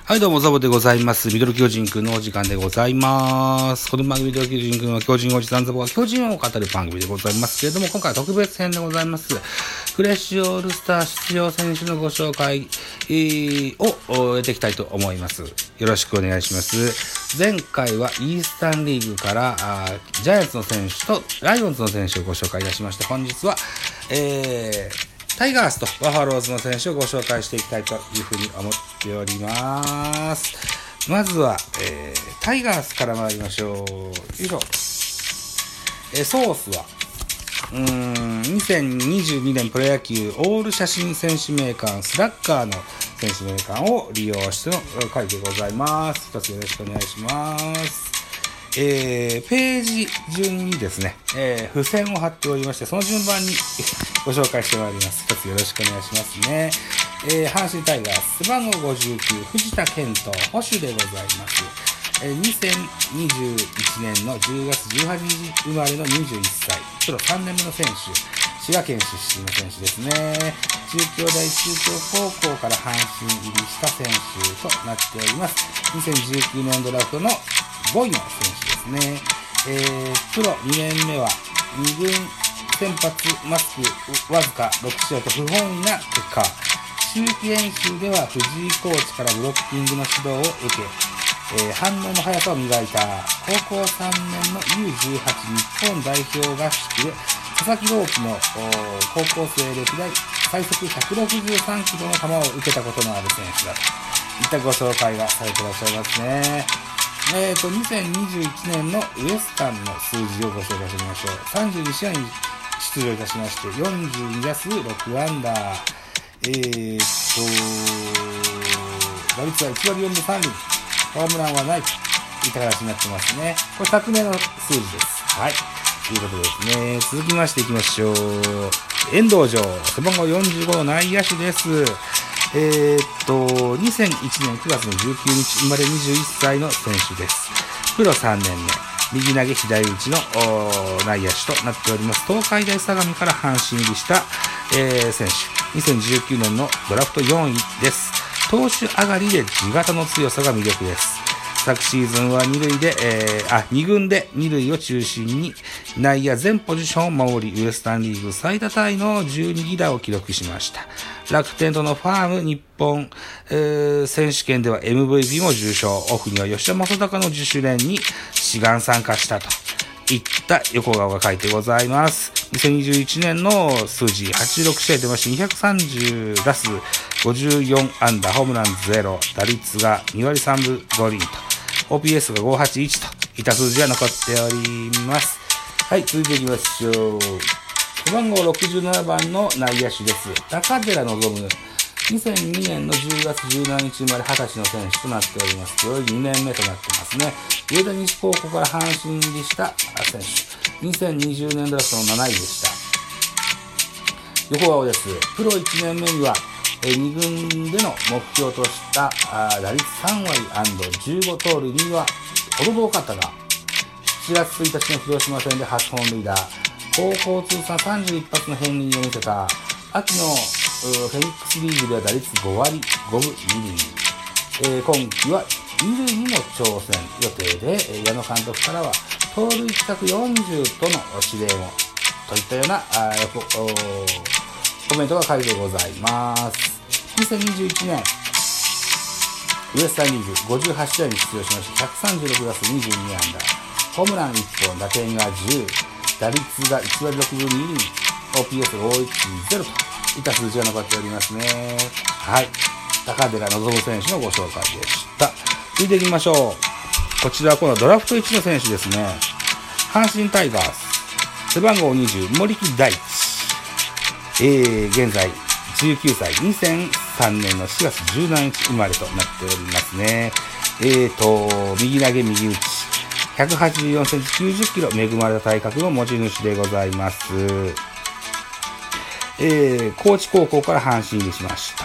はい、どうも、ザボでございます。ミドル巨人くんのお時間でございます。この番組ミドル巨人くんは巨人おじさんザボが巨人を語る番組でございますけれども、今回は特別編でございます。フレッシュオールスター出場選手のご紹介を得ていきたいと思います。よろしくお願いします。前回はイースタンリーグからジャイアンツの選手とライオンズの選手をご紹介いたしまして、本日は、タイガースとバファローズの選手をご紹介していきたいというふうに思っております。まずは、タイガースから参りましょう。よいしょ。ソースは2022年プロ野球オール写真選手名鑑スラッガーの選手名鑑を利用しての回でございます。一つよろしくお願いします。ページ順にですね、付箋を貼っておりまして、その順番にご紹介してまいります。一つよろしくお願いしますね。阪神タイガース背番号59藤田健人捕手でございます。2021年の10月18日生まれの21歳プロ3年目の選手、滋賀県出身の選手ですね。中京大中京高校から阪神入りした選手となっております。2019年ドラフトの5位の選手ですね。プロ2年目は2軍先発マスクわずか6試合と不本意な結果、秋季練習では藤井コーチからブロッキングの指導を受け、反応の速さを磨いた高校3年の U18 日本代表合宿で佐々木朗希の高校生歴代最速163キロの球を受けたことのある選手だといったご紹介がされていらっしゃいますね。2021年のウエスタンの数字をご紹介してみましょう。32試合に出場いたしまして42打数6安打、打率は1割4分3厘、ホームランはないといった形になってますね。これ昨年の数字です。はい、ということですね。続きましていきましょう。遠藤城背番号45の内野手です。2001年9月の19日生まれ21歳の選手です。プロ3年目、右投げ左打ちの内野手となっております。東海大相模から阪神入りした、選手、2019年のドラフト4位です。投手上がりで地型の強さが魅力です。昨シーズンは2軍で2塁を中心に内野全ポジションを守り、ウエスタンリーグ最多タイの12犠打を記録しました。楽天とのファーム日本、選手権では MVP も受賞。オフには吉田正尚の自主練に志願参加したといった横顔が書いてございます。2021年の数字86試合出まして230打数54安打、ホームラン0、打率が2割3分5厘と OPS が581といった数字が残っております。はい、続いていきましょう。背番号67番の内野手です。高寺望夢、2002年の10月17日生まれ20歳の選手となっております。プロ2年目となってますね。上田西高校から阪神入りした選手、2020年ドラフトの7位でした。横顔です。プロ1年目には2軍での目標とした打率3割&15盗塁には程遠かったが、7月1日の広島戦で初本塁打、高校通算31発の片鱗を見せた秋のフェニックスリーグでは打率5割5分2厘、今季は2塁にも挑戦予定で、矢野監督からは盗塁企画40との指令をといったようなコメントが書いてございます。2021年ウエスタンリーグ58試合に出場しまして136打数22安打、ホームラン1本、打点が10、打率が1割6分2厘、OPS が510といった数字が残っておりますね。はい、高寺望夢選手のご紹介でした。続いていきましょう。こちらはこのドラフト1の選手ですね。阪神タイガース背番号20森木大地、現在19歳、2003年の4月17日生まれとなっておりますね。右投げ右打ち、184センチ90キロ、恵まれた体格の持ち主でございます。高知高校から阪神入りしました。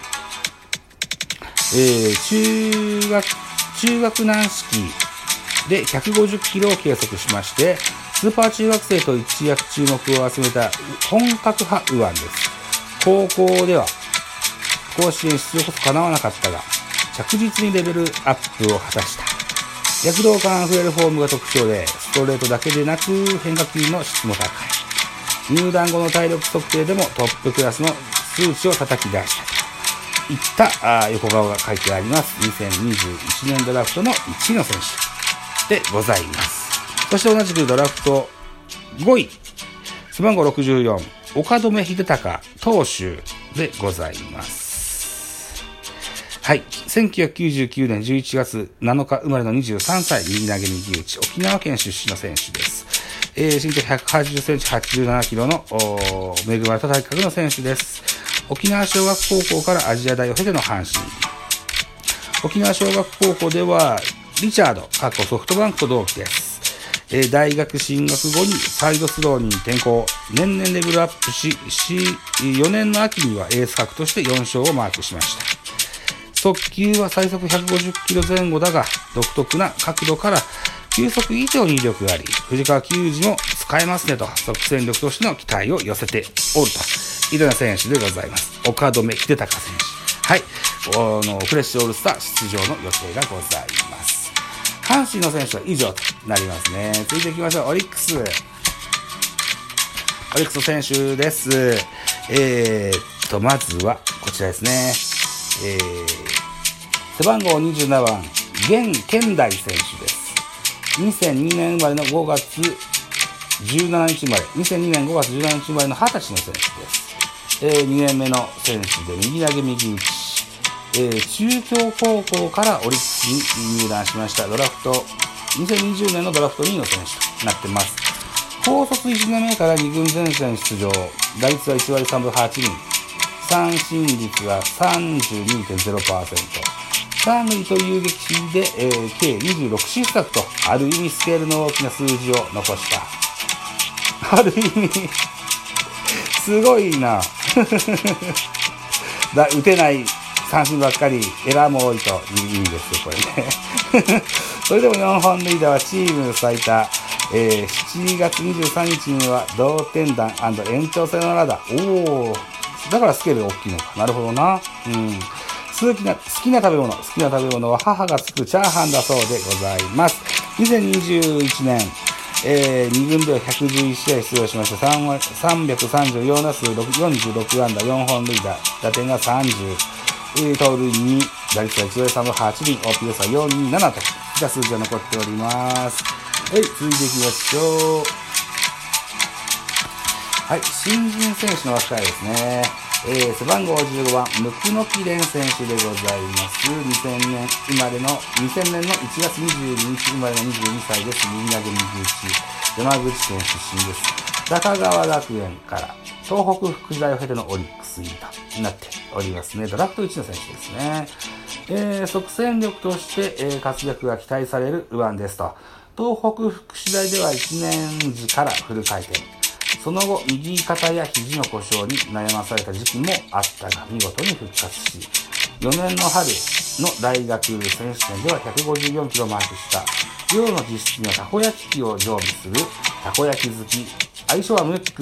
中学軟式で150キロを計測しまして、スーパー中学生と一躍注目を集めた本格派右腕です。高校では甲子園出場こそ叶わなかったが、 着実にレベルアップを果たした。躍動感あふれるフォームが特徴で、ストレートだけでなく変化球の質も高い。入団後の体力測定でもトップクラスの数値を叩き出したといった横顔が書いてあります。2021年ドラフトの1位の選手でございます。そして同じくドラフト5位、背番号64、岡留秀隆投手でございます。はい。1999年11月7日生まれの23歳、右投げ右打ち、沖縄県出身の選手です。身長180センチ87キロの恵まれた体格の選手です。沖縄小学高校からアジア大を経ての阪神。沖縄小学高校ではリチャード、ソフトバンクと同期です。大学進学後にサイドスローに転向、年々レベルアップし、4年の秋にはエース格として4勝をマークしました。速球は最速150キロ前後だが、独特な角度から球速以上に威力があり、藤川球児も使えますねと、即戦力としての期待を寄せておるといった選手でございます。岡留秀隆選手。はい。フレッシュオールスター出場の予定がございます。阪神の選手は以上となりますね。続いていきましょう。オリックスの選手です。まずはこちらですね。背番号27番、源健大選手です。2002年生まれの5月17日生まれ、2002年5月17日生まれの20歳の選手です。2年目の選手で右投げ右打ち。中京高校からオリックスに入団しました。2020年のドラフト2位の選手となっています。高卒1年目から2軍全戦出場。打率は1割3分8厘。三振率は 32.0%。三塁という撃で、計26失策と、ある意味スケールの大きな数字を残した。ある意味、すごいな。打てない三振ばっかり、エラーも多いという意味ですよ、これね。それでも4本塁打はチーム最多。7月23日には同点弾&延長戦のラダ。だからスケールが大きいのか。なるほどな。好きな食べ物は母が作るチャーハンだそうでございます。2021年、2軍では111試合出場しました。334打数46安打、4本塁打、打点が30、盗塁2、打率は1割3分8厘、OPS は427といった数字が残っております。はい、続いていきましょう。はい、新人選手の扱いですね。背番号15番、ぬくのきれん選手でございます。2000年の1月22日生まれの22歳です。右投げ右打ち、山口県出身です。高川学園から東北福祉大を経てのオリックス入りとなっておりますね。ドラフト1の選手ですね。即戦力として、活躍が期待される右腕ですと。東北福祉大では1年時からフル回転。その後、右肩や肘の故障に悩まされた時期もあったが、見事に復活し、4年の春の大学選手権では154キロをマークした。寮の実質にはたこ焼き器を常備するたこ焼き好き。愛称はムック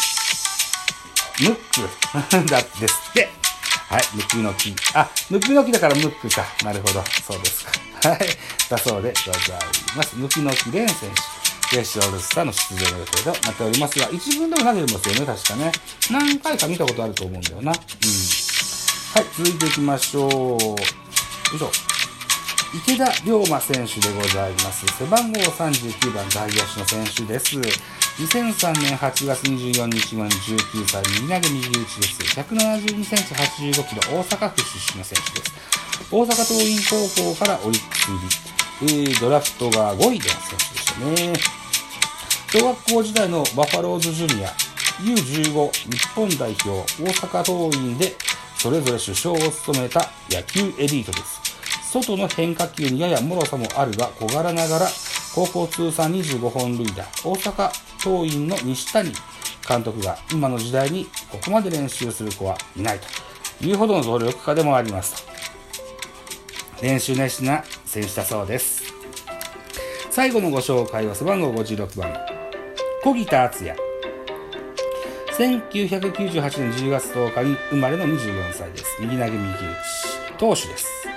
だですって。はい、ムクノキ。ムクノキだからムックか。なるほど。そうですか。はい。だそうでございます。ムクノキレン選手。フレッシュオールスターの出場の予定となっておりますが、一軍でも投げてますよね、確かね。何回か見たことあると思うんだよな。はい、続いていきましょう。よいしょ。池田龍馬選手でございます。背番号39番外野手の選手です。2003年8月24日生まれの19歳、右投げ右打ちです。172センチ85キロ、大阪府出身の選手です。大阪桐蔭高校からオリックス入り。ドラフトが5位での選手でしたね。小学校時代のバファローズジュニア、U15 日本代表、大阪桐蔭でそれぞれ主将を務めた野球エリートです。外の変化球にやや脆さもあるが小柄ながら高校通算25本塁打、大阪桐蔭の西谷監督が今の時代にここまで練習する子はいないというほどの努力家でもありますと。練習熱心な選手だそうです。最後のご紹介は背番号56番小木田敦也。1998年10月10日に生まれの24歳です。右投げ右打ち投手です。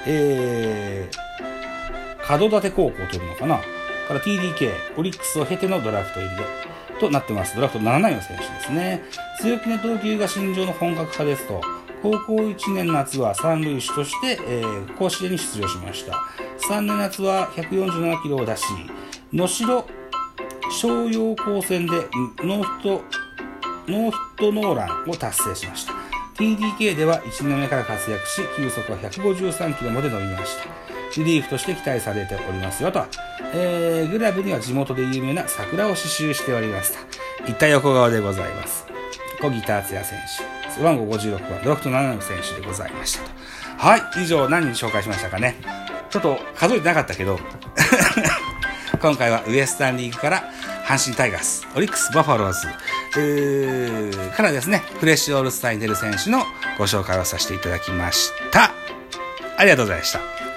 門立高校というのかなから TDK、オリックスを経てのドラフト入りとなってます。ドラフト7位の選手ですね。強気の投球が身上の本格派ですと、高校1年夏は三塁手として、甲子園に出場しました。3年夏は147キロを出し、能代商陽高専でノーヒットノーランを達成しました。TDK では1年目から活躍し、球速は153キロまで伸びました。リリーフとして期待されておりますよと、グラブには地元で有名な桜を刺繍しておりますといった横顔でございます。小木達也選手、背番号56番、ドラフト7の選手でございましたと。はい、以上何人紹介しましたかね。ちょっと数えてなかったけど今回はウエスタンリーグから阪神タイガース、オリックスバファローズからですね、フレッシュオールスターに出る選手のご紹介をさせていただきました。ありがとうございました。